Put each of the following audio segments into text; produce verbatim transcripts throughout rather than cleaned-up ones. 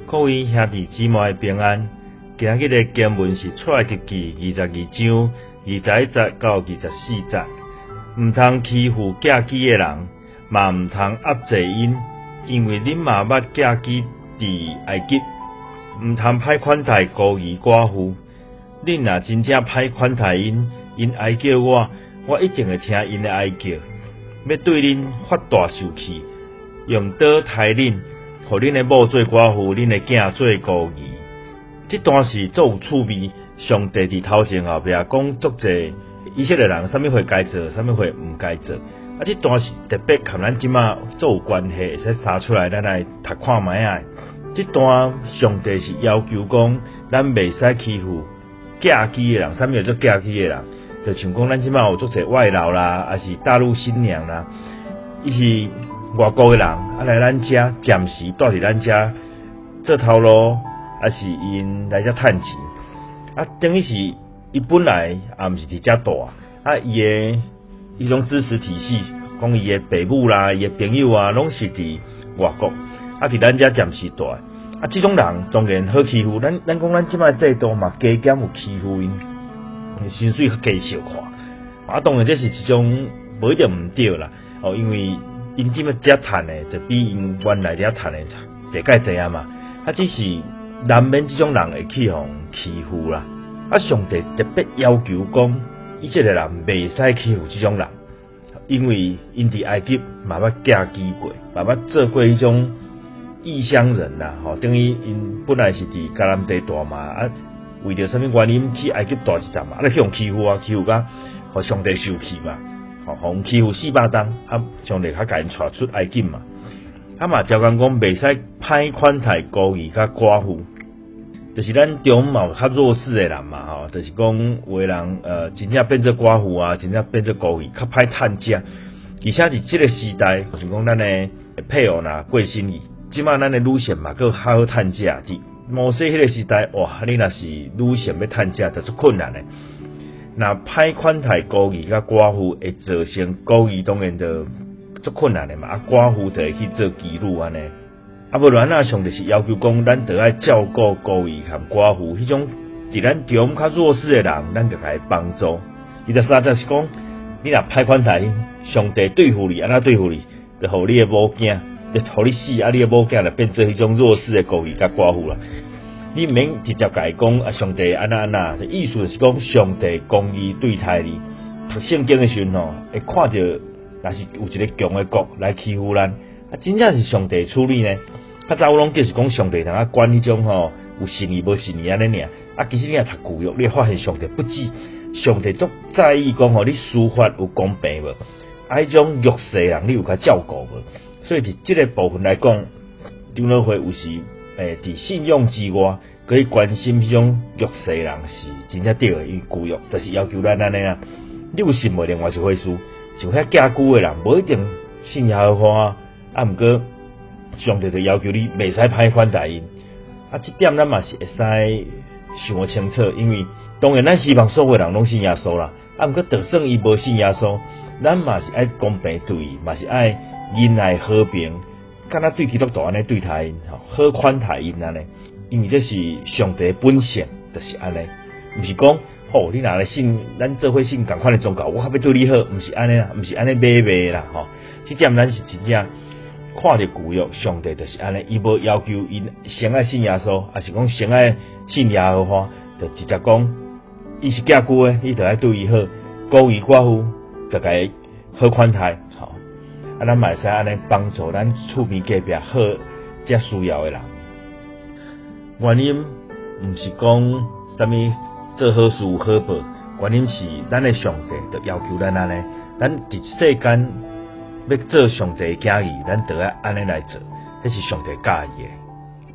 各位兄弟姊妹平安。今日的经文是出埃及记二十二章二十一节到二十四节。毋通欺负寄居的人，嘛毋通压制因，因为恁嘛捌寄居伫埃及。毋通歹款待孤儿寡妇。恁若真正歹款待因，因哀叫我，我一定会听因的哀叫，要对恁发大受气，用刀杀恁，互恁的某做寡妇，恁的囝做孤儿。这段是足有趣味，上帝伫头前后壁讲足侪以色列人啥物会该做，啥物会毋该做。啊，这段是特别甲咱即马足有关系，会使查出来，咱来读看卖啊。这段上帝是要求讲，咱袂使欺负寄居的人。啥物叫做寄居的人？就像讲咱即马有足侪外劳啦，还是大陆新娘啦，伊是外国的人，啊来咱遮暂时住伫咱遮做头路。啊是因来遮趁钱，啊等于是伊本来也毋是伫遮住啊，伊诶迄种支持体系，讲伊诶爸母啦、伊诶朋友啊，拢是伫外国，啊伫咱遮暂时住，啊即种人当然好欺负，咱咱讲咱即摆制度嘛，加减有欺负因，薪水加少看，啊当然这是一种无一定毋对啦，哦因为因即摆遮趁诶，就比因原来遐趁诶侪介济啊嘛，啊只是。难免这种人会去互欺负啦，啊！上帝特别要求讲，以色列人袂使欺负这种人，因为因伫埃及嘛捌寄居过，嘛捌做过迄种异乡人啦，吼、哦，等于因本来是伫迦南地住嘛，啊，为着啥物原因去埃及住一阵嘛，啊，去互欺负啊，欺负甲，互上帝生气嘛，吼、哦，互欺负四百冬，啊，上帝较甲因带出埃及嘛。啊嘛，条讲讲袂使歹款待孤儿甲寡妇，就是咱中嘛有较弱势的人嘛吼，就是讲有的人呃真正变做寡妇啊，真正变做孤儿，较歹趁食，而且是即个时代，就是讲咱的配偶啦过生日，即马咱的女性嘛，佫较好趁食。伫摩西迄个时代，哇，你若是女性要趁食，就足困难的。若歹款待孤儿甲寡妇，会造成孤儿当然就。足困难的嘛，啊寡妇就会去做妓女安尼，啊无论啊上帝是要求讲，咱得爱照顾孤儿和寡妇，迄种伫咱中较弱势的人，咱就甲伊帮助。伊就三就是讲，你若歹款待因，上帝对付你，安怎对付你？就互你的某囝，就互你死，啊你的某囝就变做迄种弱势的孤儿甲寡妇啦。你毋免直接甲伊讲，啊上帝安那安那，意思就是讲上帝公义对待你。读圣经的时阵吼，会看到。若是有一个强的国来欺负咱，啊，真正是上帝处理呢。较早拢就是讲上帝通啊管迄种吼有信义无信义安尼尔，啊，其实你若读旧约，你会发现上帝不止，上帝足在意讲吼你司法有公平无，啊，迄种弱势人你有甲照顾无，所以伫即个部分来讲，长老会有时诶伫信用之外，可以关心迄种弱势人是真正对的，因为旧约就是要求咱安尼啊，你有信无另外一回事。像遐寄居的人，无一定信耶和华啊，毋过上帝就要求你袂使歹款待因啊，这点咱嘛是会使想清楚，因为当然咱希望所有人拢信耶稣啦，啊，毋过就算伊无信耶稣，咱嘛是爱公平对伊，嘛是爱仁爱和平，敢若对基督徒安尼对待因，吼，好款待因安尼，因为这是上帝本性，就是安尼，毋是讲。哦，你若来信，咱做伙信共款的宗教，我较要对你好，毋是安尼啦，毋是安尼买卖啦，吼。这点咱是真正看着旧约，上帝就是安尼，伊无要求因先爱信耶稣，还是讲先爱信耶和华，就直接讲，伊是寄居的，你就爱对伊好，孤儿寡妇就该好款待，吼。啊，咱嘛会使安尼帮助咱厝边隔壁好遮需要的人。原因毋是讲啥物。做好事有好报，原因是咱的上帝就要求咱安尼，咱伫世间要做上帝的囝儿，咱就要安尼来做，这是上帝喜意的。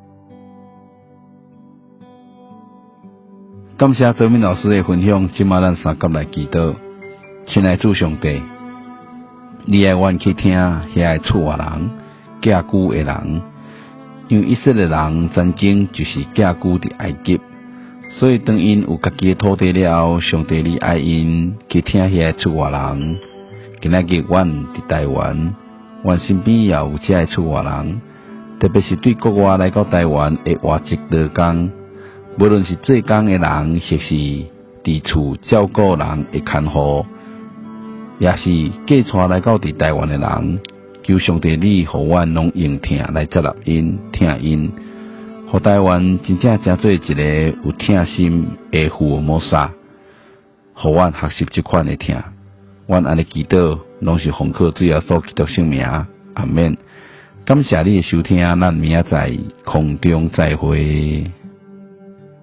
感谢周敏老师的分享，今仔咱三甲来祈祷，亲爱主上帝，你爱阮去听遐厝外人、寄居的人，因为以色列人曾经就是寄居伫埃及。所以当因有家己的土地了后，上帝你爱因去听遐厝外人。今仔日阮伫台湾，阮身边也有遮个厝外人， 特别是对国外来到台湾的外籍劳工，无论是做工的人，或是伫厝照顾人的看护，也是嫁娶来到伫台湾的人，求上帝你，互阮拢用听来接纳因、听因，互台湾真正成做一个有听心的福尔摩沙，互阮学习这款的听。阮安尼祈祷，拢是奉靠主耶稣基督圣名，阿免。感谢你的收听，咱明仔载空中再会。